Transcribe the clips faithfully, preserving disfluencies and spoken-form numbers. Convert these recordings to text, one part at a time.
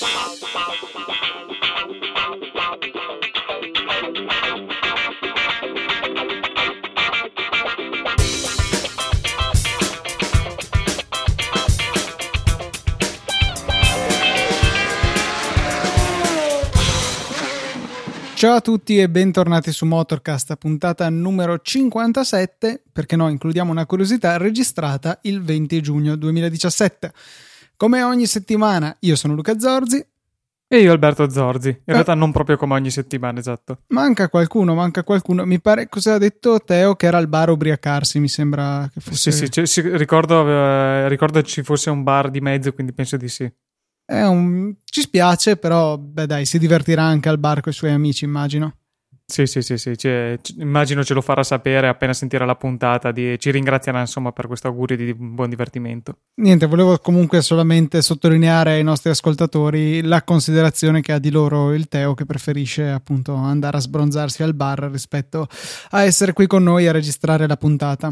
Ciao a tutti e bentornati su Motorcast, puntata numero cinquantasette, perché no, includiamo una curiosità, registrata il venti giugno duemiladiciassette. Come ogni settimana, io sono Luca Zorzi. E io Alberto Zorzi, in eh, realtà non proprio come ogni settimana, esatto. Manca qualcuno, manca qualcuno, mi pare, cosa ha detto Teo, che era al bar a ubriacarsi, mi sembra che fosse... Sì, sì, cioè, sì ricordo, eh, ricordo ci fosse un bar di mezzo, quindi penso di sì. È un... Ci spiace, però, beh dai, si divertirà anche al bar con i suoi amici, immagino. Sì, sì, sì, sì. Cioè, immagino ce lo farà sapere appena sentirà la puntata. Di... Ci ringrazierà, insomma, per questo augurio di buon divertimento. Niente, volevo comunque solamente sottolineare ai nostri ascoltatori la considerazione che ha di loro il Teo, che preferisce appunto andare a sbronzarsi al bar rispetto a essere qui con noi a registrare la puntata.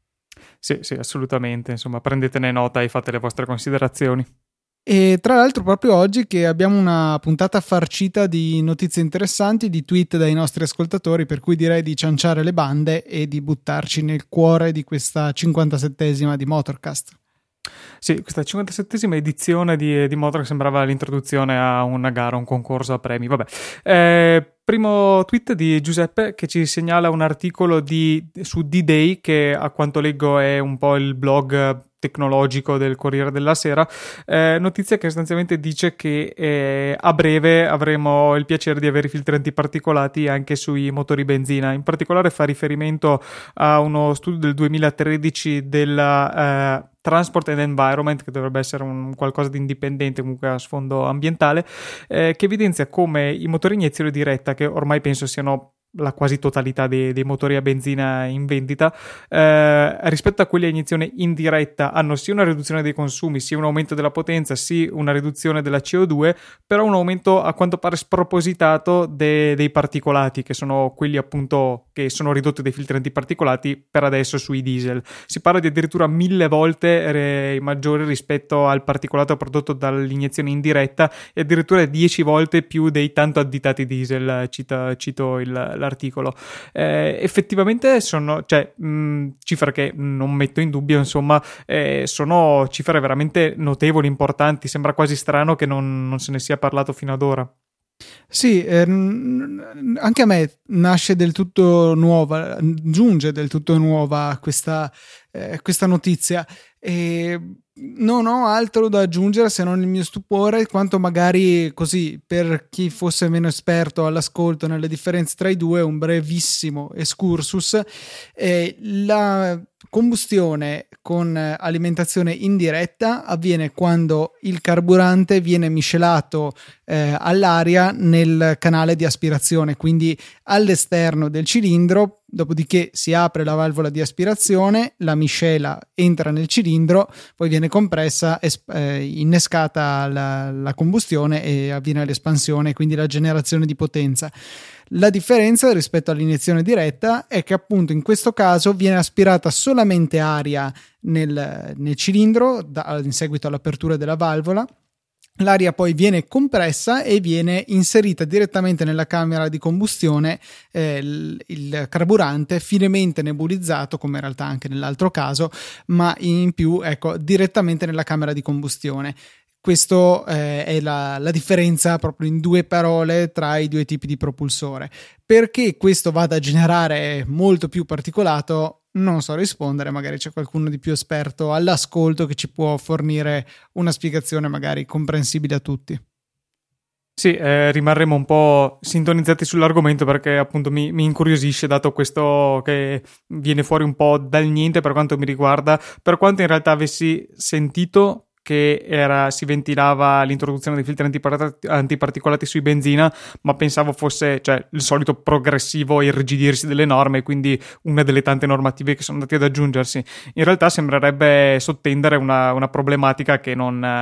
Sì, sì, assolutamente. Insomma, prendetene nota e fate le vostre considerazioni. E tra l'altro proprio oggi che abbiamo una puntata farcita di notizie interessanti, di tweet dai nostri ascoltatori, per cui direi di cianciare le bande e di buttarci nel cuore di questa cinquantasettesima di Motorcast. Sì, questa cinquantasettesima edizione di, di Motorcast sembrava l'introduzione a una gara, un concorso a premi. Vabbè. Eh, primo tweet di Giuseppe che ci segnala un articolo di, su D-Day, che a quanto leggo è un po' il blog tecnologico del Corriere della Sera, eh, notizia che sostanzialmente dice che eh, a breve avremo il piacere di avere i filtri antiparticolati anche sui motori benzina. In particolare fa riferimento a uno studio del duemilatredici della eh, Transport and Environment, che dovrebbe essere un qualcosa di indipendente, comunque a sfondo ambientale, eh, che evidenzia come i motori a iniezione diretta, che ormai penso siano la quasi totalità dei, dei motori a benzina in vendita, eh, rispetto a quelli a iniezione indiretta hanno sia una riduzione dei consumi, sia un aumento della potenza, sia una riduzione della C O due, però un aumento a quanto pare spropositato de, dei particolati, che sono quelli appunto che sono ridotti dai filtri antiparticolati per adesso sui diesel. Si parla di addirittura mille volte eh, maggiori rispetto al particolato prodotto dall'iniezione indiretta e addirittura dieci volte più dei tanto additati diesel, cita, cito il l'articolo. Eh, effettivamente sono, cioè, mh, cifre che non metto in dubbio, insomma, eh, sono cifre veramente notevoli, importanti. Sembra quasi strano che non, non se ne sia parlato fino ad ora. Sì, ehm, anche a me nasce del tutto nuova, giunge del tutto nuova questa, eh, questa notizia, e non ho altro da aggiungere se non il mio stupore, quanto magari così per chi fosse meno esperto all'ascolto nelle differenze tra i due, un brevissimo excursus. Eh, la combustione con alimentazione indiretta avviene quando il carburante viene miscelato eh, all'aria nel canale di aspirazione, quindi all'esterno del cilindro, dopodiché si apre la valvola di aspirazione, la miscela entra nel cilindro, poi viene compressa, es- eh, innescata la, la combustione e avviene l'espansione, quindi la generazione di potenza. La differenza rispetto all'iniezione diretta è che appunto in questo caso viene aspirata solamente aria nel, nel cilindro da, in seguito all'apertura della valvola. L'aria poi viene compressa e viene inserita direttamente nella camera di combustione eh, il, il carburante finemente nebulizzato, come in realtà anche nell'altro caso, ma in più ecco direttamente nella camera di combustione. Questo eh, è la, la differenza proprio in due parole tra i due tipi di propulsore. Perché questo vada a generare molto più particolato non so rispondere, magari c'è qualcuno di più esperto all'ascolto che ci può fornire una spiegazione magari comprensibile a tutti. Sì, eh, rimarremo un po' sintonizzati sull'argomento perché appunto mi, mi incuriosisce, dato questo che viene fuori un po' dal niente per quanto mi riguarda, per quanto in realtà avessi sentito che era, si ventilava l'introduzione dei filtri antipart- antiparticolati sui benzina, ma pensavo fosse cioè, il solito progressivo irrigidirsi delle norme, quindi una delle tante normative che sono andate ad aggiungersi. In realtà sembrerebbe sottendere una, una problematica che non, eh,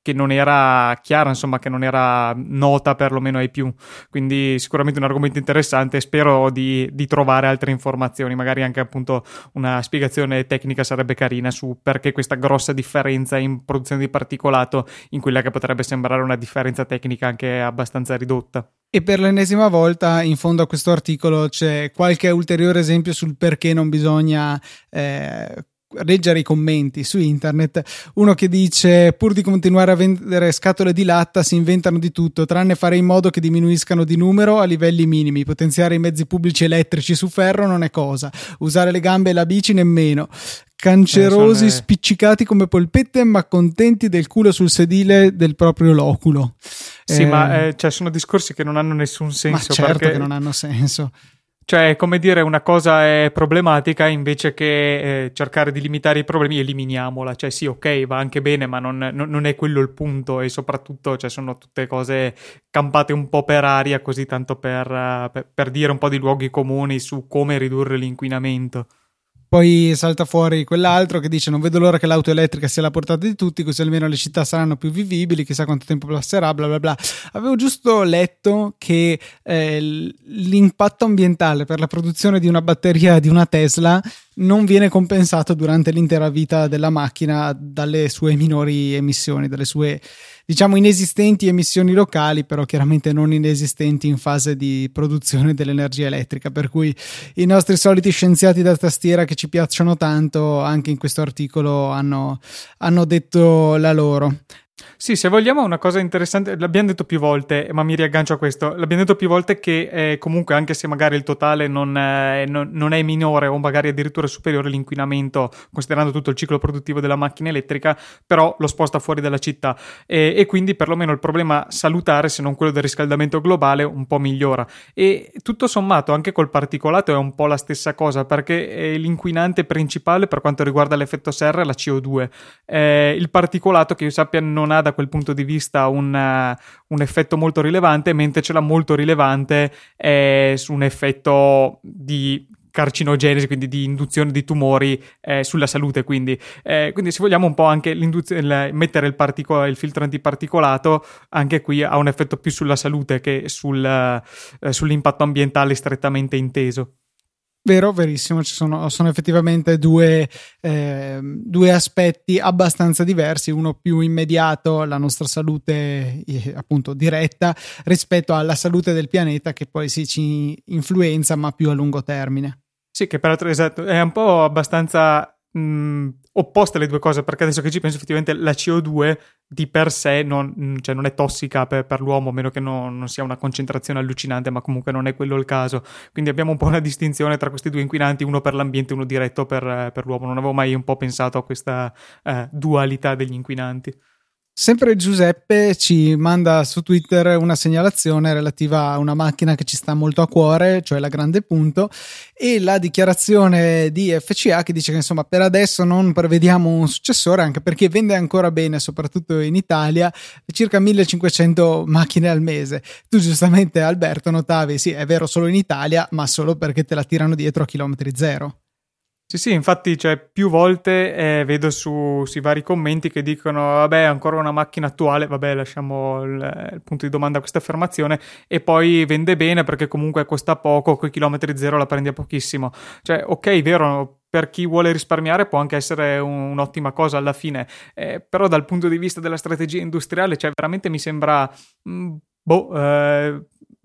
che non era chiara, insomma, che non era nota perlomeno ai più. Quindi sicuramente un argomento interessante, spero di, di trovare altre informazioni, magari anche appunto una spiegazione tecnica sarebbe carina su perché questa grossa differenza in produzione di particolato in quella che potrebbe sembrare una differenza tecnica anche abbastanza ridotta. E per l'ennesima volta in fondo a questo articolo c'è qualche ulteriore esempio sul perché non bisogna eh, leggere i commenti su internet. Uno che dice: pur di continuare a vendere scatole di latta si inventano di tutto tranne fare in modo che diminuiscano di numero a livelli minimi. Potenziare i mezzi pubblici elettrici su ferro non è cosa, usare le gambe e la bici nemmeno. Cancerosi eh, sono... spiccicati come polpette ma contenti del culo sul sedile del proprio loculo. Sì, eh... ma eh, cioè, sono discorsi che non hanno nessun senso. Ma certo perché... che non hanno senso. Cioè, come dire, una cosa è problematica invece che eh, cercare di limitare i problemi, eliminiamola. Cioè, sì, ok, va anche bene, ma non, non, non è quello il punto. E soprattutto, cioè, sono tutte cose campate un po' per aria, così tanto per, uh, per, per dire un po' di luoghi comuni su come ridurre l'inquinamento. Poi salta fuori quell'altro che dice: non vedo l'ora che l'auto elettrica sia alla portata di tutti, così almeno le città saranno più vivibili, chissà quanto tempo passerà, bla bla bla. Avevo giusto letto che eh, l'impatto ambientale per la produzione di una batteria di una Tesla non viene compensato durante l'intera vita della macchina dalle sue minori emissioni, dalle sue, diciamo, inesistenti emissioni locali, però chiaramente non inesistenti in fase di produzione dell'energia elettrica, per cui i nostri soliti scienziati da tastiera che ci piacciono tanto anche in questo articolo hanno, hanno detto la loro. Sì, se vogliamo una cosa interessante, l'abbiamo detto più volte, ma mi riaggancio a questo, l'abbiamo detto più volte che eh, comunque anche se magari il totale non, eh, non, non è minore o magari addirittura superiore l'inquinamento, considerando tutto il ciclo produttivo della macchina elettrica, però lo sposta fuori dalla città e, e quindi perlomeno il problema salutare, se non quello del riscaldamento globale, un po' migliora. E tutto sommato anche col particolato è un po' la stessa cosa, perché eh, l'inquinante principale per quanto riguarda l'effetto serra è la C O due. Eh, il particolato, che io sappia, non ha da quel punto di vista un, uh, un effetto molto rilevante, mentre ce l'ha molto rilevante è su un effetto di carcinogenesi, quindi di induzione di tumori eh, sulla salute. Quindi, eh, quindi se vogliamo un po' anche il, mettere il, partico- il filtro antiparticolato anche qui ha un effetto più sulla salute che sul, uh, sull'impatto ambientale strettamente inteso. Vero, verissimo, ci sono, sono effettivamente due, eh, due aspetti abbastanza diversi, uno più immediato, la nostra salute eh, appunto diretta, rispetto alla salute del pianeta che poi si ci influenza ma più a lungo termine. Sì, che peraltro esatto, è un po' abbastanza mh, opposte le due cose, perché adesso che ci penso effettivamente la C O due di per sé non, cioè non è tossica per, per l'uomo, a meno che non, non sia una concentrazione allucinante, ma comunque non è quello il caso. Quindi abbiamo un po' una distinzione tra questi due inquinanti, uno per l'ambiente e uno diretto per, per l'uomo. Non avevo mai un po' pensato a questa eh, dualità degli inquinanti. Sempre Giuseppe ci manda su Twitter una segnalazione relativa a una macchina che ci sta molto a cuore, cioè la Grande Punto, e la dichiarazione di F C A che dice che insomma per adesso non prevediamo un successore, anche perché vende ancora bene, soprattutto in Italia, circa millecinquecento macchine al mese. Tu giustamente, Alberto, notavi, sì, è vero, solo in Italia, ma solo perché te la tirano dietro a chilometri zero. Sì, sì, infatti cioè, più volte eh, vedo su, sui vari commenti che dicono vabbè, ancora una macchina attuale, vabbè, lasciamo il, il punto di domanda a questa affermazione, e poi vende bene perché comunque costa poco, coi chilometri zero la prendi a pochissimo. Cioè, ok, vero, per chi vuole risparmiare può anche essere un, un'ottima cosa alla fine, eh, però dal punto di vista della strategia industriale, cioè veramente mi sembra, mh, boh, eh,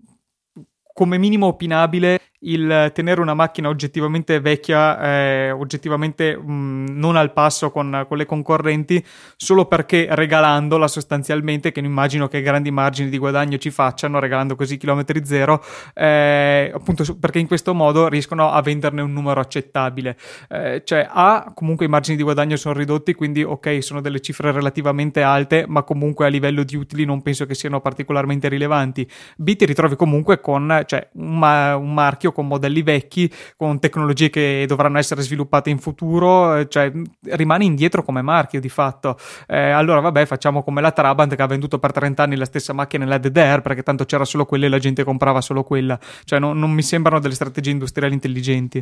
come minimo opinabile il tenere una macchina oggettivamente vecchia, eh, oggettivamente mh, non al passo con, con le concorrenti, solo perché regalandola sostanzialmente, che non immagino che grandi margini di guadagno ci facciano regalando così chilometri zero, eh, appunto perché in questo modo riescono a venderne un numero accettabile. Eh, cioè A, comunque i margini di guadagno sono ridotti, quindi ok, sono delle cifre relativamente alte, ma comunque a livello di utili non penso che siano particolarmente rilevanti. B, ti ritrovi comunque con cioè, un, ma- un marchio con modelli vecchi, con tecnologie che dovranno essere sviluppate in futuro, cioè rimani indietro come marchio di fatto. Eh, allora vabbè, facciamo come la Trabant che ha venduto per trenta anni la stessa macchina nella D D R perché tanto c'era solo quella e la gente comprava solo quella. Cioè non, non mi sembrano delle strategie industriali intelligenti.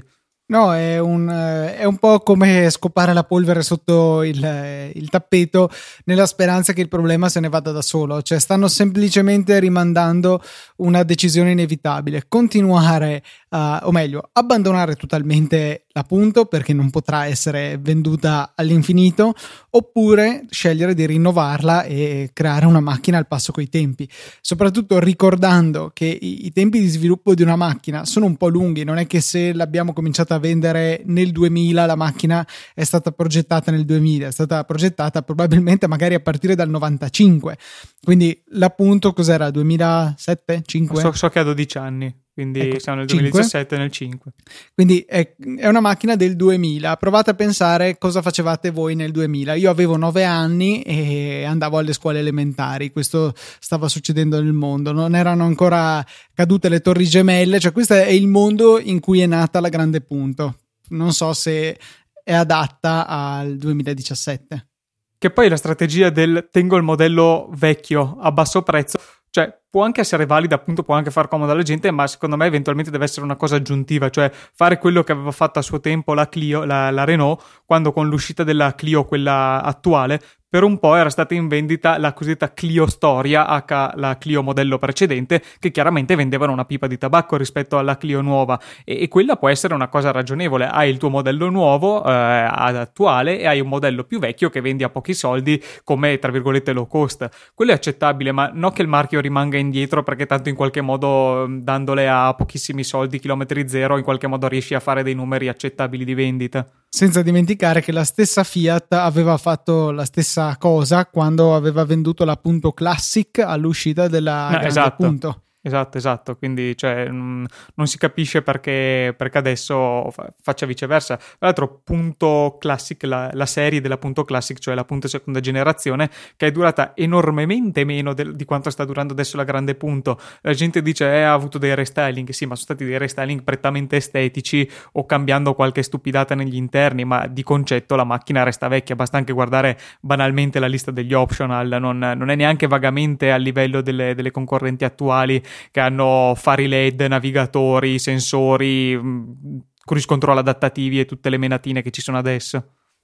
No, è un, è un po' come scopare la polvere sotto il, il tappeto nella speranza che il problema se ne vada da solo. Cioè stanno semplicemente rimandando una decisione inevitabile. Continuare, uh, o meglio, abbandonare totalmente la Punto perché non potrà essere venduta all'infinito, oppure scegliere di rinnovarla e creare una macchina al passo coi tempi. Soprattutto ricordando che i, i tempi di sviluppo di una macchina sono un po' lunghi. Non è che se l'abbiamo cominciata a vendere nel duemila la macchina è stata progettata nel duemila, è stata progettata probabilmente magari a partire dal novantacinque, quindi l'appunto cos'era, duemilasette, cinque? So, so che ha dodici anni, quindi ecco, siamo nel duemiladiciassette, nel cinque. Quindi è, è una macchina del duemila. Provate a pensare cosa facevate voi nel duemila. Io avevo nove anni e andavo alle scuole elementari, questo stava succedendo nel mondo, non erano ancora cadute le torri gemelle, cioè questo è il mondo in cui è nata la Grande Punto. Non so se è adatta al duemiladiciassette. Che poi la strategia del tengo il modello vecchio a basso prezzo, cioè può anche essere valida, appunto può anche far comodo alla gente, ma secondo me eventualmente deve essere una cosa aggiuntiva, cioè fare quello che aveva fatto a suo tempo la Clio, la, la Renault, quando con l'uscita della Clio, quella attuale, per un po' era stata in vendita la cosiddetta Clio Storia, H la Clio modello precedente, che chiaramente vendevano una pipa di tabacco rispetto alla Clio nuova, e, e quella può essere una cosa ragionevole. Hai il tuo modello nuovo, eh, attuale, e hai un modello più vecchio che vendi a pochi soldi come, tra virgolette, low cost. Quello è accettabile, ma non che il marchio rimanga indietro, perché tanto in qualche modo, dandole a pochissimi soldi, chilometri zero, in qualche modo riesci a fare dei numeri accettabili di vendita. Senza dimenticare che la stessa Fiat aveva fatto la stessa cosa quando aveva venduto la Punto Classic all'uscita della no, Grande esatto. Punto. Esatto, esatto, quindi cioè, mh, non si capisce perché, perché adesso fa, faccia viceversa. Tra l'altro, Punto Classic, la, la serie della Punto Classic, cioè la Punto seconda generazione, che è durata enormemente meno del, di quanto sta durando adesso la Grande Punto. La gente dice eh, ha avuto dei restyling, sì, ma sono stati dei restyling prettamente estetici o cambiando qualche stupidata negli interni, ma di concetto la macchina resta vecchia. Basta anche guardare banalmente la lista degli optional, non, non è neanche vagamente a livello delle, delle concorrenti attuali, che hanno fari L E D, navigatori, sensori, cruise control adattativi e tutte le menatine che ci sono adesso.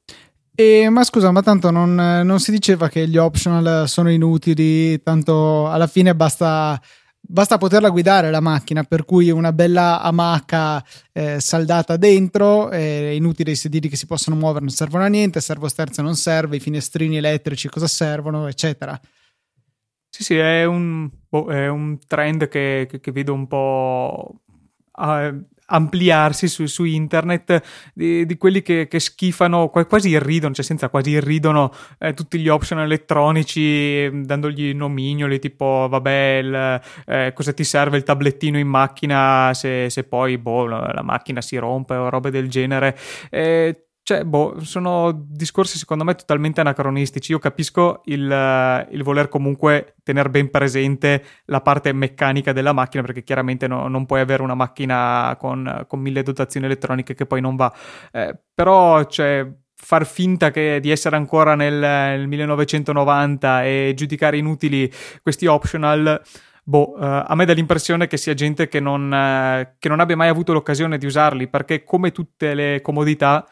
E, ma scusa, ma tanto non, non si diceva che gli optional sono inutili, tanto alla fine basta, basta poterla guidare la macchina, per cui una bella amaca eh, saldata dentro, è inutile i sedili che si possono muovere, non servono a niente, servosterzo non serve, i finestrini elettrici cosa servono, eccetera. Sì, sì, è un, boh, è un trend che, che, che vedo un po' uh, ampliarsi su, su internet, di, di quelli che, che schifano, quasi irridono, cioè senza quasi irridono eh, tutti gli option elettronici, dandogli nomignoli tipo vabbè il, eh, cosa ti serve il tablettino in macchina se, se poi boh, la, la macchina si rompe o robe del genere. Eh, Cioè, boh, sono discorsi secondo me totalmente anacronistici. Io capisco il, il voler comunque tenere ben presente la parte meccanica della macchina, perché chiaramente no, non puoi avere una macchina con, con mille dotazioni elettroniche che poi non va. Eh, però, cioè, far finta che, di essere ancora nel, nel millenovecentonovanta e giudicare inutili questi optional... Boh, uh, a me dà l'impressione che sia gente che non, uh, che non abbia mai avuto l'occasione di usarli, perché come tutte le comodità,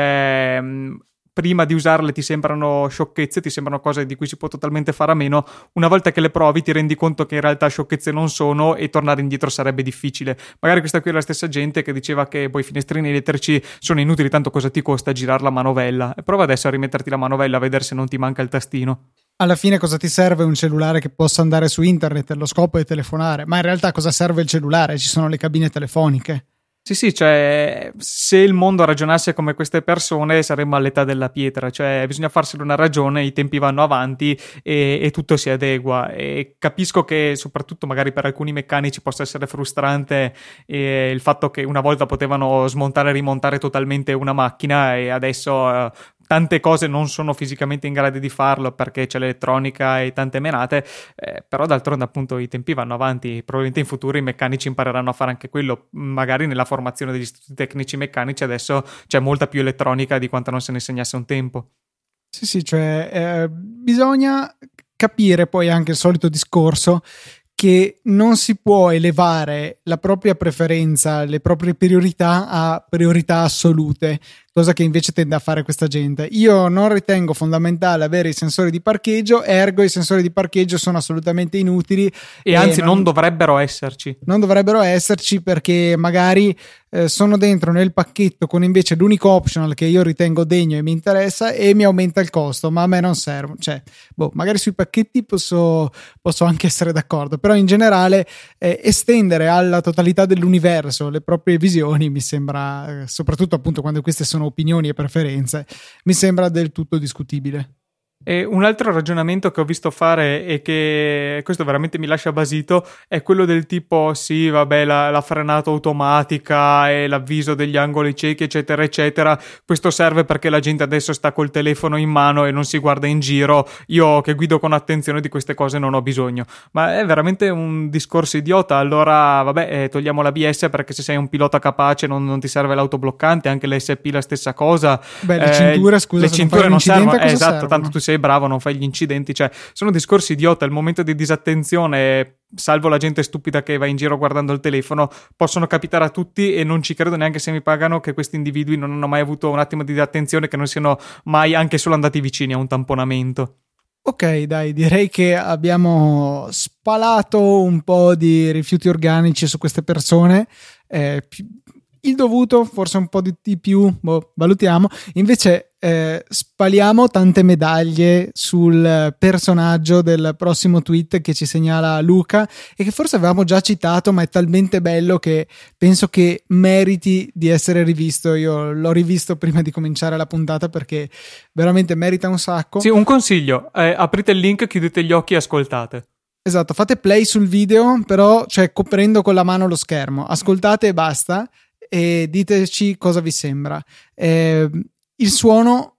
ehm, prima di usarle ti sembrano sciocchezze, ti sembrano cose di cui si può totalmente fare a meno. Una volta che le provi ti rendi conto che in realtà sciocchezze non sono e tornare indietro sarebbe difficile. Magari questa qui è la stessa gente che diceva che poi i finestrini elettrici sono inutili, tanto cosa ti costa girare la manovella? E prova adesso a rimetterti la manovella a vedere se non ti manca il tastino. Alla fine cosa ti serve un cellulare che possa andare su internet? Lo scopo è telefonare, ma in realtà cosa serve il cellulare? Ci sono le cabine telefoniche. Sì, sì, cioè, se il mondo ragionasse come queste persone saremmo all'età della pietra, cioè bisogna farsene una ragione, i tempi vanno avanti e, e tutto si adegua. E capisco che soprattutto magari per alcuni meccanici possa essere frustrante eh, il fatto che una volta potevano smontare e rimontare totalmente una macchina e adesso eh, tante cose non sono fisicamente in grado di farlo perché c'è l'elettronica e tante menate, eh, però d'altronde appunto i tempi vanno avanti, probabilmente in futuro i meccanici impareranno a fare anche quello, magari nella formazione degli istituti tecnici meccanici adesso c'è molta più elettronica di quanto non se ne insegnasse un tempo. Sì, sì, cioè eh, bisogna capire poi anche il solito discorso che non si può elevare la propria preferenza, le proprie priorità a priorità assolute, cosa che invece tende a fare questa gente. Io non ritengo fondamentale avere i sensori di parcheggio, ergo i sensori di parcheggio sono assolutamente inutili e, e anzi non, non dovrebbero esserci. Non dovrebbero esserci perché magari eh, sono dentro nel pacchetto con invece l'unico optional che io ritengo degno e mi interessa e mi aumenta il costo, ma a me non serve. Cioè, boh, magari sui pacchetti posso, posso anche essere d'accordo, però in generale eh, estendere alla totalità dell'universo le proprie visioni mi sembra, eh, soprattutto appunto quando queste sono opinioni e preferenze, mi sembra del tutto discutibile. E un altro ragionamento che ho visto fare e che questo veramente mi lascia basito è quello del tipo sì vabbè la, la frenata automatica e l'avviso degli angoli ciechi eccetera eccetera, questo serve perché la gente adesso sta col telefono in mano e non si guarda in giro, io che guido con attenzione di queste cose non ho bisogno, ma è veramente un discorso idiota. Allora vabbè eh, togliamo l'A B S perché se sei un pilota capace non, non ti serve l'autobloccante, anche l'S P la stessa cosa. Beh le cinture eh, scusa le cinture non, non servono, eh, esatto, servono? Tanto tu sei bravo, non fai gli incidenti, cioè sono discorsi idiota. Il momento di disattenzione, salvo la gente stupida che va in giro guardando il telefono, possono capitare a tutti e non ci credo neanche se mi pagano che questi individui non hanno mai avuto un attimo di disattenzione, che non siano mai anche solo andati vicini a un tamponamento. Ok, dai, direi che abbiamo spalato un po' di rifiuti organici su queste persone, eh, il dovuto, forse un po' di più, boh, valutiamo. Invece eh, spaliamo tante medaglie sul personaggio del prossimo tweet che ci segnala Luca e che forse avevamo già citato, ma è talmente bello che penso che meriti di essere rivisto. Io l'ho rivisto prima di cominciare la puntata perché veramente merita un sacco. Sì, un consiglio, eh, aprite il link, chiudete gli occhi e ascoltate. Esatto, fate play sul video, però cioè coprendo con la mano lo schermo, ascoltate e basta. E diteci cosa vi sembra. Eh, il suono,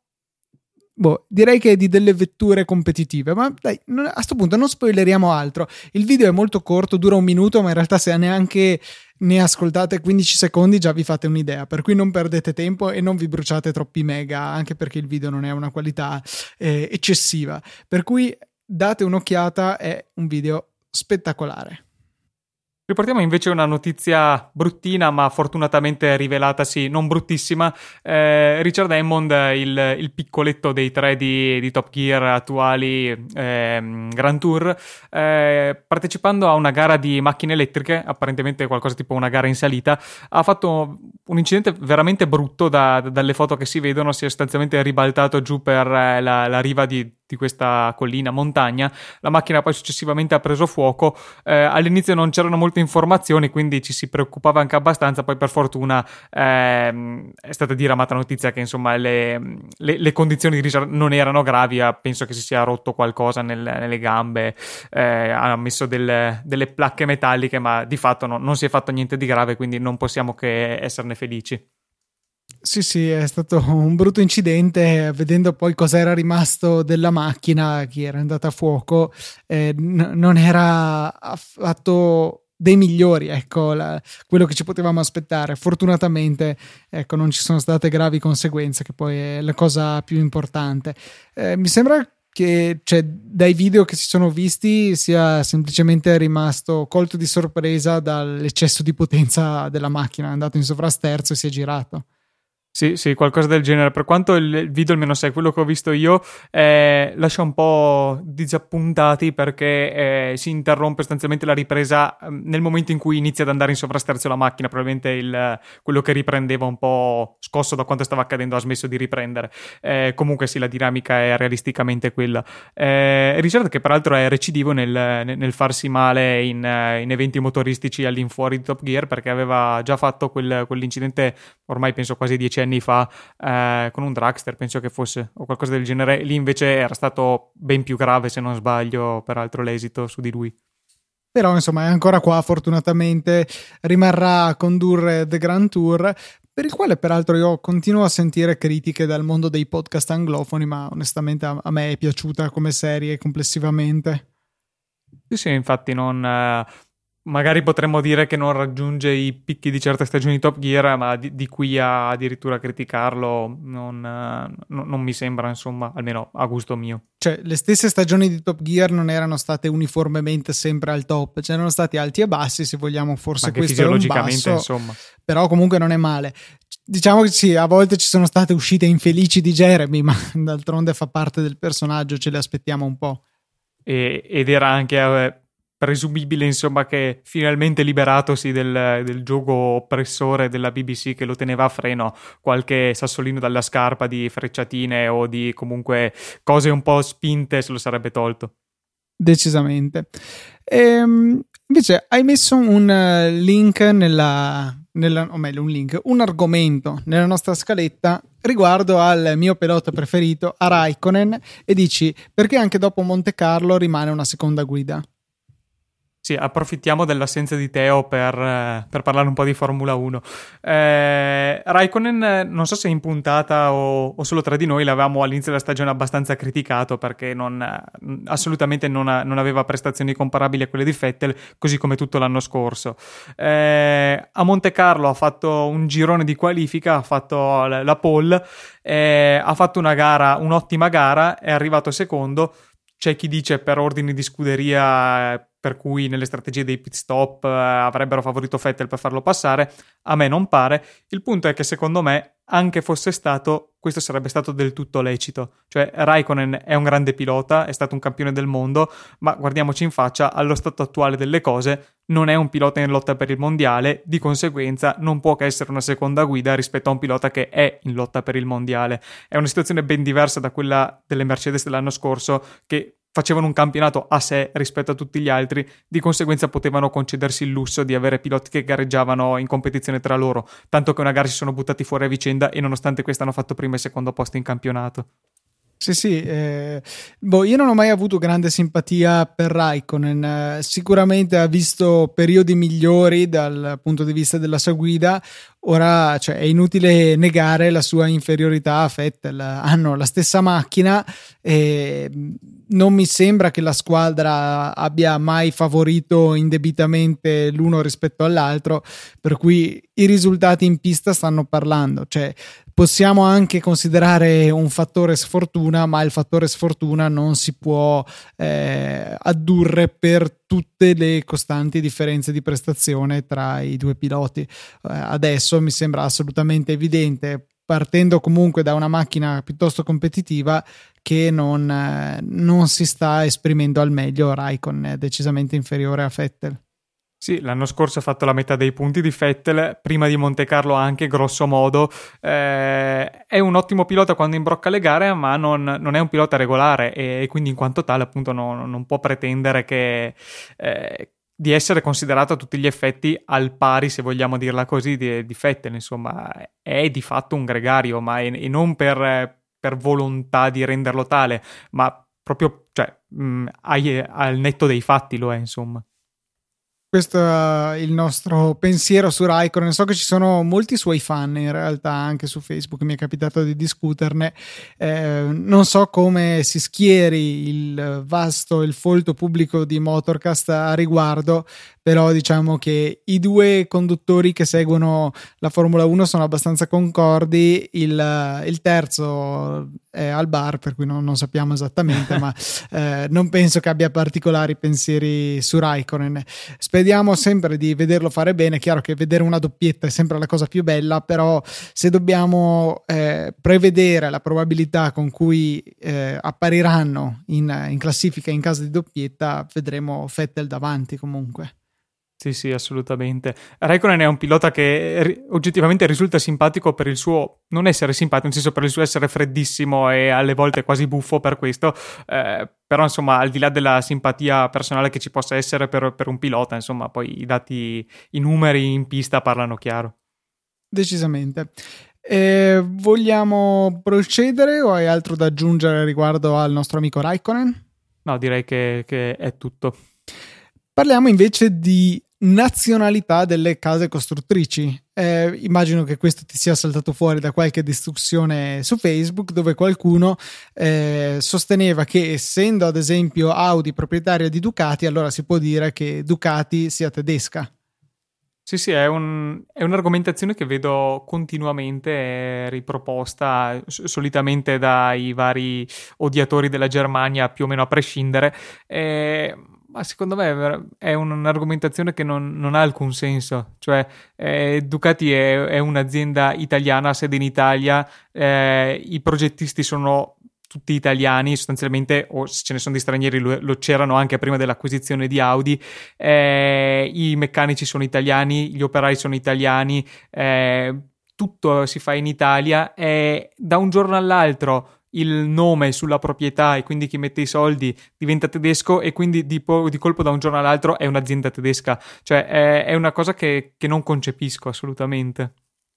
boh, direi che è di delle vetture competitive, ma dai, non, a sto punto non spoileriamo altro. Il video è molto corto, dura un minuto, ma in realtà se neanche ne ascoltate quindici secondi già vi fate un'idea, per cui non perdete tempo e non vi bruciate troppi mega, anche perché il video non è una qualità eh, eccessiva, per cui date un'occhiata, è un video spettacolare. Riportiamo invece una notizia bruttina, ma fortunatamente rivelatasi non bruttissima. Eh, Richard Hammond, il, il piccoletto dei tre di, di Top Gear attuali eh, Grand Tour, eh, partecipando a una gara di macchine elettriche, apparentemente qualcosa tipo una gara in salita, ha fatto un incidente veramente brutto. Da, dalle foto che si vedono si è sostanzialmente ribaltato giù per la, la riva di, di questa collina, montagna. La macchina poi successivamente ha preso fuoco. Eh, all'inizio non c'erano molte informazioni, quindi ci si preoccupava anche abbastanza. Poi per fortuna ehm, è stata diramata notizia che insomma le, le, le condizioni di Richard non erano gravi. Penso che si sia rotto qualcosa nel, nelle gambe, eh, ha messo del, delle placche metalliche, ma di fatto no, non si è fatto niente di grave, quindi non possiamo che esserne felici. Sì, sì, è stato un brutto incidente, vedendo poi cosa era rimasto della macchina che era andata a fuoco, eh, n- non era affatto dei migliori, ecco, la, quello che ci potevamo aspettare. Fortunatamente, ecco, non ci sono state gravi conseguenze, che poi è la cosa più importante. Eh, mi sembra che, cioè, dai video che si sono visti sia semplicemente rimasto colto di sorpresa dall'eccesso di potenza della macchina, è andato in sovrasterzo e si è girato. Sì, sì, qualcosa del genere. Per quanto il video, almeno se è quello che ho visto io, eh, lascia un po' disappuntati perché eh, si interrompe sostanzialmente la ripresa eh, nel momento in cui inizia ad andare in sovrasterzo la macchina. Probabilmente il, quello che riprendeva un po' scosso da quanto stava accadendo ha smesso di riprendere. Eh, comunque sì, la dinamica è realisticamente quella. Eh, Richard, che peraltro è recidivo nel, nel farsi male in, in eventi motoristici all'infuori di Top Gear, perché aveva già fatto quel, quell'incidente ormai penso quasi dieci anni fa eh, con un dragster, penso che fosse, o qualcosa del genere. Lì invece era stato ben più grave, se non sbaglio, peraltro l'esito su di lui. Però insomma è ancora qua, fortunatamente rimarrà a condurre The Grand Tour, per il quale peraltro io continuo a sentire critiche dal mondo dei podcast anglofoni, ma onestamente a, a me è piaciuta come serie complessivamente. Sì, sì, infatti non... Eh... magari potremmo dire che non raggiunge i picchi di certe stagioni di Top Gear, ma di, di qui a addirittura criticarlo non, uh, non, non mi sembra, insomma, almeno a gusto mio. Cioè, le stesse stagioni di Top Gear non erano state uniformemente sempre al top, c'erano stati alti e bassi, se vogliamo, forse questo era un basso, insomma. Però comunque non è male. Diciamo che sì, a volte ci sono state uscite infelici di Jeremy, ma d'altronde fa parte del personaggio, ce le aspettiamo un po'. E, ed era anche eh, presumibile, insomma, che finalmente liberatosi del, del gioco oppressore della B B C che lo teneva a freno, qualche sassolino dalla scarpa di frecciatine o di comunque cose un po' spinte se lo sarebbe tolto. Decisamente. Ehm, invece hai messo un link nella, nella o meglio un link, un argomento nella nostra scaletta riguardo al mio pilota preferito, a Raikkonen, e dici perché anche dopo Monte Carlo rimane una seconda guida. Sì, approfittiamo dell'assenza di Teo per, eh, per parlare un po' di Formula uno. Eh, Raikkonen, non so se in puntata o, o solo tra di noi, l'avevamo all'inizio della stagione abbastanza criticato perché non, assolutamente non, ha, non aveva prestazioni comparabili a quelle di Vettel, così come tutto l'anno scorso. Eh, a Monte Carlo ha fatto un girone di qualifica, ha fatto la, la pole, eh, ha fatto una gara, un'ottima gara, è arrivato secondo. C'è chi dice per ordini di scuderia, per cui nelle strategie dei pit stop eh, avrebbero favorito Vettel per farlo passare. A me non pare. Il punto è che secondo me, anche fosse stato, questo sarebbe stato del tutto lecito. Cioè Raikkonen è un grande pilota, è stato un campione del mondo, ma guardiamoci in faccia, allo stato attuale delle cose non è un pilota in lotta per il mondiale, di conseguenza non può che essere una seconda guida rispetto a un pilota che è in lotta per il mondiale. È una situazione ben diversa da quella delle Mercedes dell'anno scorso, che facevano un campionato a sé rispetto a tutti gli altri, di conseguenza potevano concedersi il lusso di avere piloti che gareggiavano in competizione tra loro, tanto che una gara si sono buttati fuori a vicenda e nonostante questo hanno fatto primo e secondo posto in campionato. Sì, sì, eh, boh, io non ho mai avuto grande simpatia per Raikkonen, eh, sicuramente ha visto periodi migliori dal punto di vista della sua guida. Ora, cioè, è inutile negare la sua inferiorità a Vettel, hanno la stessa macchina e non mi sembra che la squadra abbia mai favorito indebitamente l'uno rispetto all'altro, per cui i risultati in pista stanno parlando. Cioè, possiamo anche considerare un fattore sfortuna, ma il fattore sfortuna non si può eh, addurre per tutte le costanti differenze di prestazione tra i due piloti. Eh, adesso mi sembra assolutamente evidente, partendo comunque da una macchina piuttosto competitiva, che non, eh, non si sta esprimendo al meglio. Raikkonen è decisamente inferiore a Vettel. Sì, l'anno scorso ha fatto la metà dei punti di Vettel, prima di Monte Carlo anche, grosso modo. Eh, è un ottimo pilota quando imbrocca le gare, ma non, non è un pilota regolare e, e quindi in quanto tale appunto non, non può pretendere che, eh, di essere considerato a tutti gli effetti al pari, se vogliamo dirla così, di, di Vettel. Insomma, è di fatto un gregario, ma è, e non per, per volontà di renderlo tale, ma proprio, cioè, mh, al netto dei fatti lo è, insomma. Questo è il nostro pensiero su Raikkonen. So che ci sono molti suoi fan in realtà anche su Facebook, mi è capitato di discuterne. Eh, non so come si schieri il vasto, il folto pubblico di Motorcast a riguardo, però diciamo che i due conduttori che seguono la Formula uno sono abbastanza concordi. Il, il terzo è al bar, per cui non, non sappiamo esattamente, ma eh, non penso che abbia particolari pensieri su Raikkonen. Speriamo sempre di vederlo fare bene. È chiaro che vedere una doppietta è sempre la cosa più bella, però se dobbiamo eh, prevedere la probabilità con cui eh, appariranno in, in classifica in caso di doppietta, vedremo Vettel davanti comunque. Sì, sì, assolutamente. Raikkonen è un pilota che r- oggettivamente risulta simpatico per il suo non essere simpatico, nel senso per il suo essere freddissimo e alle volte quasi buffo per questo, eh, però insomma al di là della simpatia personale che ci possa essere per, per un pilota, insomma poi i dati, i numeri in pista parlano chiaro. Decisamente. Eh, vogliamo procedere o hai altro da aggiungere riguardo al nostro amico Raikkonen? No, direi che, che è tutto. Parliamo invece di nazionalità delle case costruttrici. Eh, immagino che questo ti sia saltato fuori da qualche discussione su Facebook, dove qualcuno eh, sosteneva che, essendo ad esempio Audi proprietaria di Ducati, allora si può dire che Ducati sia tedesca. Sì, sì, è, un, è un'argomentazione che vedo continuamente riproposta, solitamente dai vari odiatori della Germania, più o meno a prescindere. Eh, ma secondo me è un'argomentazione che non, non ha alcun senso. Cioè, eh, Ducati è, è un'azienda italiana, sede in Italia, eh, i progettisti sono tutti italiani sostanzialmente, o se ce ne sono di stranieri lo, lo c'erano anche prima dell'acquisizione di Audi. Eh, i meccanici sono italiani, gli operai sono italiani, eh, tutto si fa in Italia, e da un giorno all'altro il nome sulla proprietà e quindi chi mette i soldi diventa tedesco, e quindi di, po- di colpo da un giorno all'altro è un'azienda tedesca. Cioè è, è una cosa che, che non concepisco assolutamente.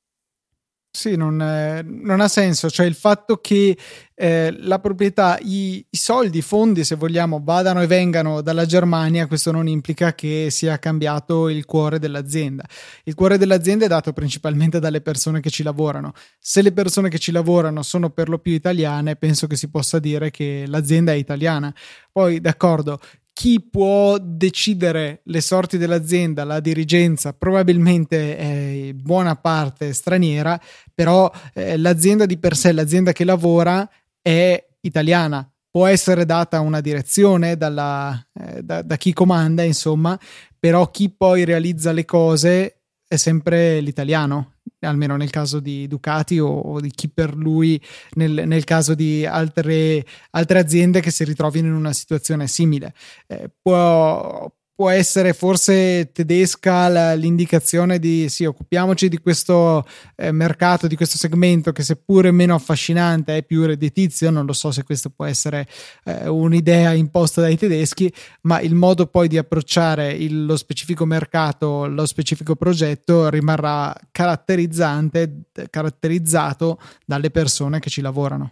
Sì, non, eh, non ha senso. Cioè il fatto che eh, la proprietà, i, i soldi, i fondi, se vogliamo, vadano e vengano dalla Germania, questo non implica che sia cambiato il cuore dell'azienda. Il cuore dell'azienda è dato principalmente dalle persone che ci lavorano. Se le persone che ci lavorano sono per lo più italiane, penso che si possa dire che l'azienda è italiana. Poi, d'accordo, chi può decidere le sorti dell'azienda, la dirigenza, probabilmente è buona parte straniera, però eh, l'azienda di per sé, l'azienda che lavora, è italiana. Può essere data una direzione dalla, eh, da, da chi comanda, insomma, però chi poi realizza le cose è sempre l'italiano, almeno nel caso di Ducati, o, o di chi per lui nel, nel caso di altre, altre aziende che si ritrovino in una situazione simile. Eh, può, può essere forse tedesca la, l'indicazione di sì, occupiamoci di questo eh, mercato, di questo segmento che, seppure meno affascinante, è più redditizio. Non lo so se questo può essere eh, un'idea imposta dai tedeschi, ma il modo poi di approcciare il, lo specifico mercato, lo specifico progetto rimarrà caratterizzante, caratterizzato dalle persone che ci lavorano.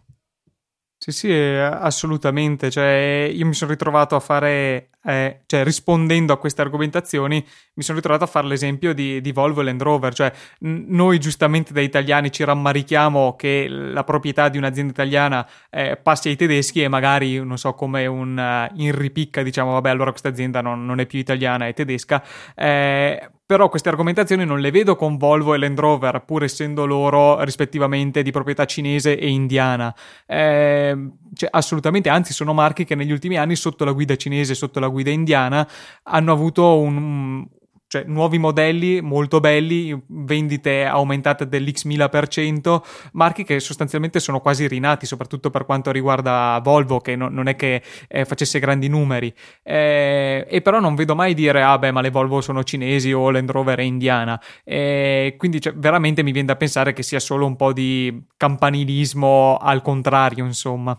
Sì, sì, assolutamente. Cioè, io mi sono ritrovato a fare, eh, cioè rispondendo a queste argomentazioni, mi sono ritrovato a fare l'esempio di, di Volvo e Land Rover. Cioè, n- noi giustamente da italiani ci rammarichiamo che la proprietà di un'azienda italiana eh, passi ai tedeschi, e magari, non so, come un uh, in ripicca diciamo, vabbè, allora questa azienda non, non è più italiana, è tedesca. Eh, Però queste argomentazioni non le vedo con Volvo e Land Rover, pur essendo loro rispettivamente di proprietà cinese e indiana. Eh, cioè, assolutamente, anzi sono marchi che negli ultimi anni, sotto la guida cinese e sotto la guida indiana, hanno avuto un... cioè nuovi modelli molto belli, vendite aumentate dell'X mille per cento, marchi che sostanzialmente sono quasi rinati, soprattutto per quanto riguarda Volvo, che no, non è che eh, facesse grandi numeri, eh, e però non vedo mai dire ah beh, ma le Volvo sono cinesi o Land Rover è indiana, eh, quindi cioè, veramente mi viene da pensare che sia solo un po' di campanilismo al contrario, insomma.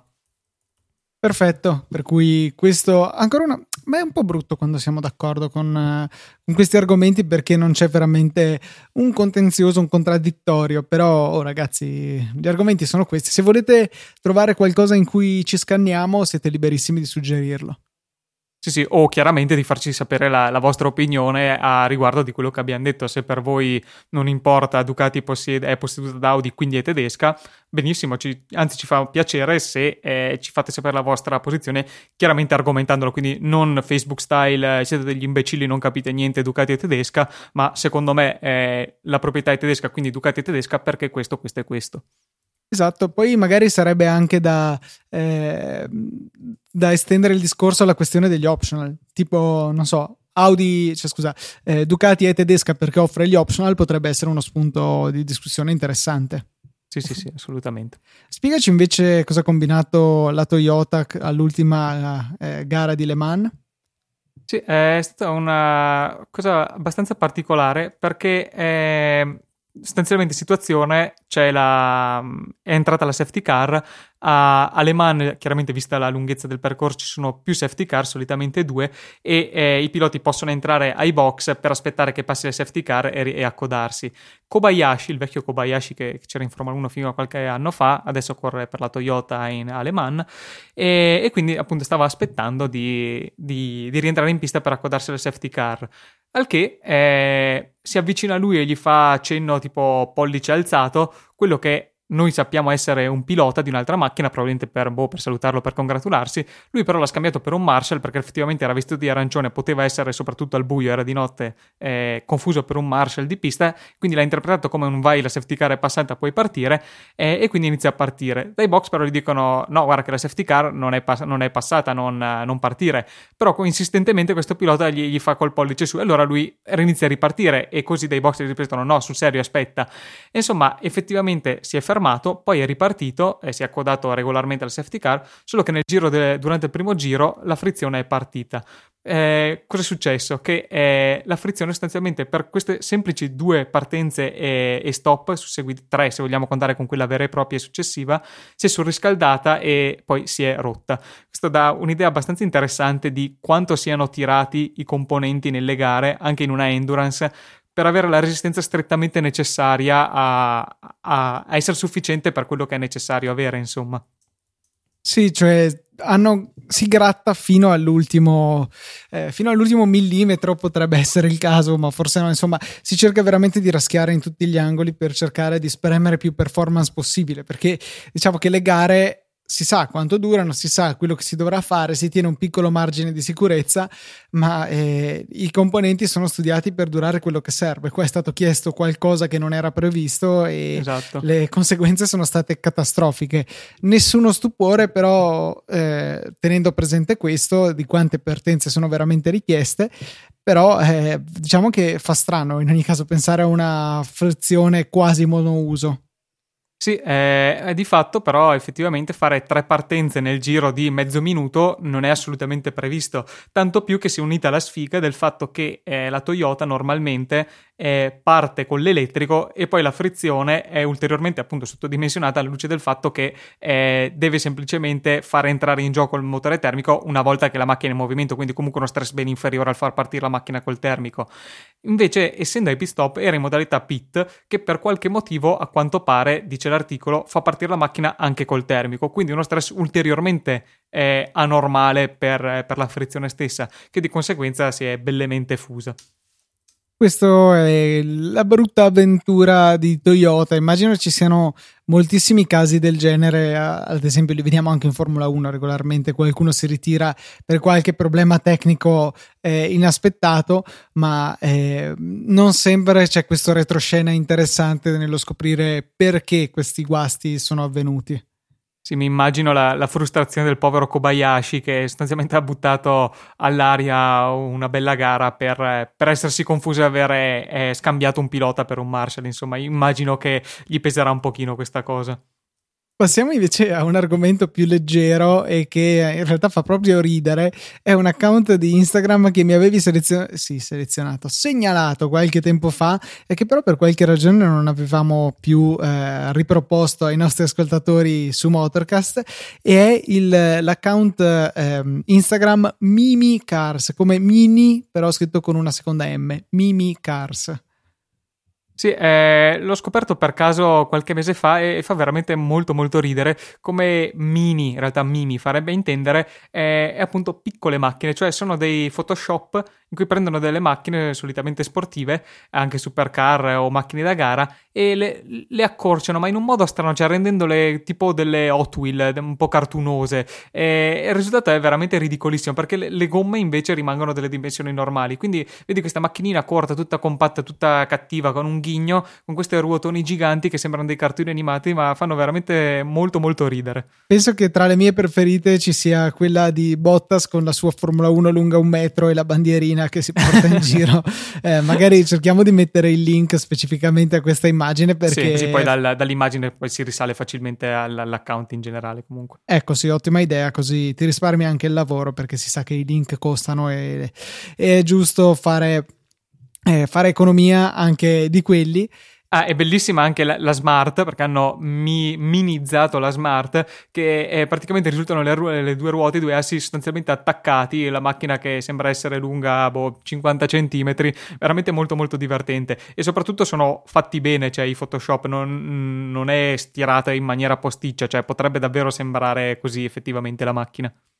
Perfetto, per cui questo ancora una... Ma è un po' brutto quando siamo d'accordo con, uh, con questi argomenti, perché non c'è veramente un contenzioso, un contraddittorio. Però, oh, ragazzi, gli argomenti sono questi. Se volete trovare qualcosa in cui ci scanniamo, siete liberissimi di suggerirlo. Sì, sì, o chiaramente di farci sapere la, la vostra opinione a riguardo di quello che abbiamo detto. Se per voi non importa, Ducati possiede, è posseduta da Audi, quindi è tedesca, benissimo, ci, anzi ci fa piacere se eh, ci fate sapere la vostra posizione, chiaramente argomentandolo, quindi non Facebook style, siete degli imbecilli, non capite niente, Ducati è tedesca, ma secondo me eh, la proprietà è tedesca, quindi Ducati è tedesca perché questo, questo e questo. Esatto, poi magari sarebbe anche da, eh, da estendere il discorso alla questione degli optional, tipo, non so, Audi, cioè scusa, eh, Ducati è tedesca perché offre gli optional, potrebbe essere uno spunto di discussione interessante. Sì, sì, sì, assolutamente. Spiegaci invece cosa ha combinato la Toyota all'ultima eh, gara di Le Mans. Sì, è stata una cosa abbastanza particolare perché eh, sostanzialmente situazione c'è la è entrata la safety car a, a Le Mans. Chiaramente, vista la lunghezza del percorso, ci sono più safety car, solitamente due, e eh, i piloti possono entrare ai box per aspettare che passi la safety car e, e accodarsi. Kobayashi, il vecchio Kobayashi che c'era in Formula uno fino a qualche anno fa, adesso corre per la Toyota in a Le Mans, e, e quindi appunto stava aspettando di, di, di rientrare in pista per accodarsi alla safety car. Al che eh, si avvicina a lui e gli fa cenno tipo pollice alzato, quello che noi sappiamo essere un pilota di un'altra macchina, probabilmente per, boh, per salutarlo, per congratularsi. Lui però l'ha scambiato per un Marshall perché effettivamente era vestito di arancione, poteva essere soprattutto al buio, era di notte, eh, confuso per un Marshall di pista, quindi l'ha interpretato come un vai, la safety car è passata, puoi partire, eh, e quindi inizia a partire. Dai box però gli dicono no, guarda che la safety car non è, pass- non è passata, non, non partire. Però insistentemente questo pilota gli, gli fa col pollice su e allora lui inizia a ripartire e così dai box gli ripetono no, sul serio, aspetta. E insomma, effettivamente si è fermato, poi è ripartito e si è accodato regolarmente alla safety car, solo che nel giro de- durante il primo giro la frizione è partita. Eh, cosa è successo? Che eh, la frizione sostanzialmente per queste semplici due partenze e, e stop, susseguiti tre se vogliamo contare con quella vera e propria e successiva, si è surriscaldata e poi si è rotta. Questo dà un'idea abbastanza interessante di quanto siano tirati i componenti nelle gare, anche in una endurance, per avere la resistenza strettamente necessaria a, a, a essere sufficiente per quello che è necessario avere, insomma. Sì, cioè hanno, si gratta fino all'ultimo eh, fino all'ultimo millimetro, potrebbe essere il caso, ma forse no, insomma si cerca veramente di raschiare in tutti gli angoli per cercare di spremere più performance possibile, perché diciamo che le gare si sa quanto durano, si sa quello che si dovrà fare, si tiene un piccolo margine di sicurezza, ma eh, i componenti sono studiati per durare quello che serve. Qua è stato chiesto qualcosa che non era previsto e esatto. Le conseguenze sono state catastrofiche. Nessuno stupore però, eh, tenendo presente questo, di quante partenze sono veramente richieste, però eh, diciamo che fa strano in ogni caso pensare a una frizione quasi monouso. Sì, eh, di fatto però effettivamente fare tre partenze nel giro di mezzo minuto non è assolutamente previsto, tanto più che si è unita la sfiga del fatto che eh, la Toyota normalmente eh, parte con l'elettrico e poi la frizione è ulteriormente appunto sottodimensionata alla luce del fatto che eh, deve semplicemente far entrare in gioco il motore termico una volta che la macchina è in movimento, quindi comunque uno stress ben inferiore al far partire la macchina col termico. Invece, essendo ai pit stop, era in modalità pit, che per qualche motivo, a quanto pare, dice l'articolo, fa partire la macchina anche col termico, quindi uno stress ulteriormente eh, anormale per, per la frizione stessa, che di conseguenza si è bellemente fusa. Questo è la brutta avventura di Toyota. Immagino ci siano moltissimi casi del genere, ad esempio li vediamo anche in Formula uno regolarmente, qualcuno si ritira per qualche problema tecnico eh, inaspettato, ma eh, non sempre c'è questo retroscena interessante nello scoprire perché questi guasti sono avvenuti. Sì, mi immagino la, la frustrazione del povero Kobayashi che sostanzialmente ha buttato all'aria una bella gara per, per essersi confuso e avere eh, scambiato un pilota per un Marshall. Insomma, immagino che gli peserà un pochino questa cosa. Passiamo invece a un argomento più leggero e che in realtà fa proprio ridere. È un account di Instagram che mi avevi selezionato, sì, selezionato, segnalato qualche tempo fa e che però per qualche ragione non avevamo più eh, riproposto ai nostri ascoltatori su Motorcast, e è il, l'account eh, Instagram Mimi Cars, come mini però scritto con una seconda M, Mimi Cars. Sì, eh, l'ho scoperto per caso qualche mese fa e, e fa veramente molto molto ridere come mini, in realtà mimi farebbe intendere, eh, è appunto piccole macchine, cioè sono dei Photoshop in cui prendono delle macchine solitamente sportive, anche supercar o macchine da gara, e le, le accorciano, ma in un modo strano, cioè rendendole tipo delle Hot Wheel, un po' cartunose, e il risultato è veramente ridicolissimo, perché le, le gomme invece rimangono delle dimensioni normali, quindi vedi questa macchinina corta, tutta compatta, tutta cattiva, con un ghigno, con questi ruotoni giganti che sembrano dei cartoni animati, ma fanno veramente molto molto ridere. Penso che tra le mie preferite ci sia quella di Bottas con la sua Formula uno lunga un metro e la bandierina che si porta in giro. Eh, magari cerchiamo di mettere il link specificamente a questa immagine, perché sì, così poi dal, dall'immagine poi si risale facilmente all'account in generale. Comunque ecco, sì, ottima idea, così ti risparmi anche il lavoro, perché si sa che i link costano e, e è giusto fare, eh, fare economia anche di quelli. Ah, è bellissima anche la, la Smart, perché hanno mi, minizzato la Smart, che è, praticamente risultano le, ru- le due ruote, i due assi sostanzialmente attaccati, la macchina che sembra essere lunga boh, cinquanta centimetri, veramente molto molto divertente, e soprattutto sono fatti bene, cioè i Photoshop non, non è stirata in maniera posticcia, cioè potrebbe davvero sembrare così effettivamente la macchina.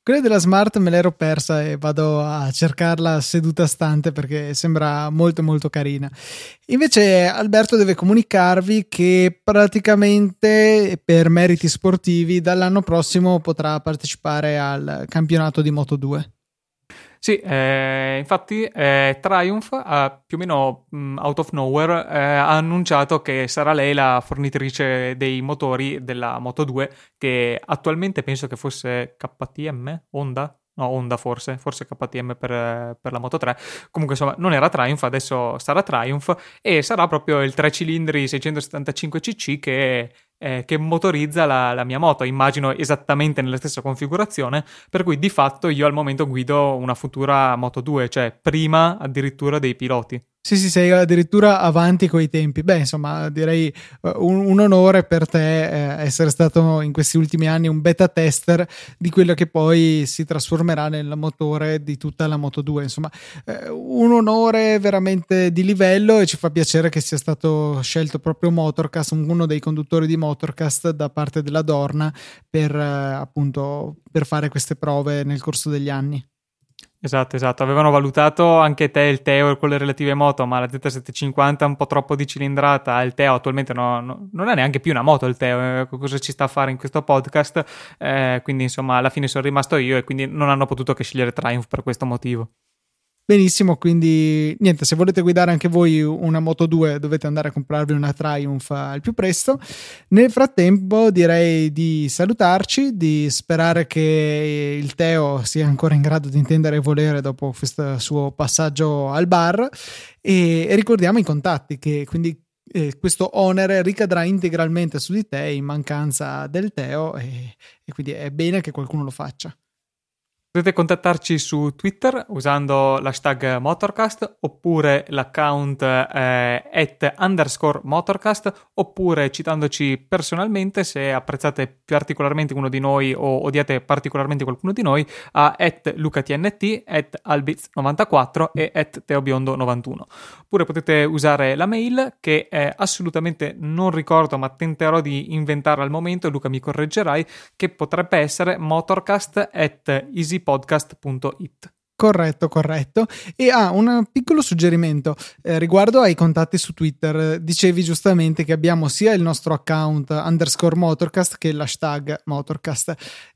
Quella della Smart me l'ero persa e vado a cercarla seduta stante perché sembra molto molto carina. Invece Alberto deve comunicarvi che praticamente per meriti sportivi dall'anno prossimo potrà partecipare al campionato di Moto due. Sì, eh, infatti eh, Triumph, eh, più o meno mh, out of nowhere, eh, ha annunciato che sarà lei la fornitrice dei motori della Moto due, che attualmente penso che fosse K T M, Honda? No, Honda forse, forse K T M per, per la Moto tre. Comunque insomma non era Triumph, adesso sarà Triumph e sarà proprio il tre cilindri seicentosettantacinque cc che... Eh, che motorizza la, la mia moto, immagino esattamente nella stessa configurazione, per cui di fatto io al momento guido una futura Moto due, cioè prima addirittura dei piloti. Sì, sì, sei addirittura avanti coi tempi. Beh, insomma, direi un, un onore per te eh, essere stato in questi ultimi anni un beta tester di quello che poi si trasformerà nel motore di tutta la Moto due. Insomma, eh, un onore veramente di livello e ci fa piacere che sia stato scelto proprio Motorcast, uno dei conduttori di Motorcast da parte della Dorna per eh, appunto per fare queste prove nel corso degli anni. Esatto, esatto. Avevano valutato anche te il Teo e quelle relative moto, ma la Z settecentocinquanta un po' troppo di cilindrata. Il Teo attualmente no, no, non è neanche più una moto il Teo, eh, cosa ci sta a fare in questo podcast? Eh, quindi insomma alla fine sono rimasto io e quindi non hanno potuto che scegliere Triumph per questo motivo. Benissimo, quindi niente, se volete guidare anche voi una Moto due dovete andare a comprarvi una Triumph al più presto. Nel frattempo direi di salutarci, di sperare che il Teo sia ancora in grado di intendere e volere dopo questo suo passaggio al bar e, e ricordiamo i contatti che quindi eh, questo onere ricadrà integralmente su di te in mancanza del Teo e, e quindi è bene che qualcuno lo faccia. Potete contattarci su Twitter usando l'hashtag Motorcast oppure l'account eh, at underscore Motorcast oppure citandoci personalmente se apprezzate particolarmente uno di noi o odiate particolarmente qualcuno di noi a at lucatnt, at albiz novantaquattro e at teobiondo novantuno. Oppure potete usare la mail che è assolutamente non ricordo ma tenterò di inventare al momento, Luca mi correggerai, che potrebbe essere motorcast at easy podcast punto it. Corretto, corretto. E ha ah, un piccolo suggerimento eh, riguardo ai contatti su Twitter. Dicevi giustamente che abbiamo sia il nostro account underscore Motorcast che l'hashtag Motorcast.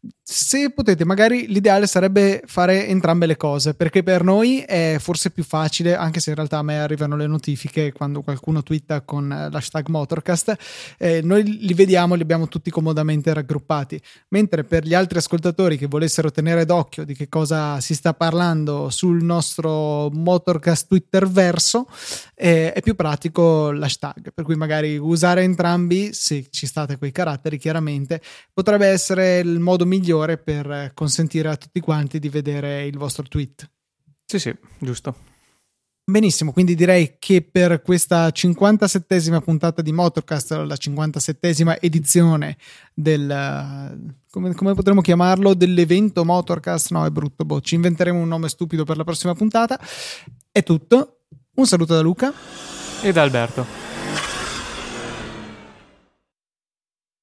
Se potete, magari l'ideale sarebbe fare entrambe le cose, perché per noi è forse più facile, anche se in realtà a me arrivano le notifiche quando qualcuno twitta con l'hashtag Motorcast, eh, noi li vediamo, li abbiamo tutti comodamente raggruppati, mentre per gli altri ascoltatori che volessero tenere d'occhio di che cosa si sta parlando sul nostro Motorcast Twitter verso eh, è più pratico l'hashtag, per cui magari usare entrambi, se ci state coi caratteri chiaramente, potrebbe essere il modo migliore per consentire a tutti quanti di vedere il vostro tweet. Sì, sì, giusto. Benissimo, quindi direi che per questa cinquantasettesima puntata di Motorcast, la cinquantasettesima edizione del, come, come potremmo chiamarlo, dell'evento Motorcast, no è brutto, boh, ci inventeremo un nome stupido per la prossima puntata, è tutto, un saluto da Luca e da Alberto.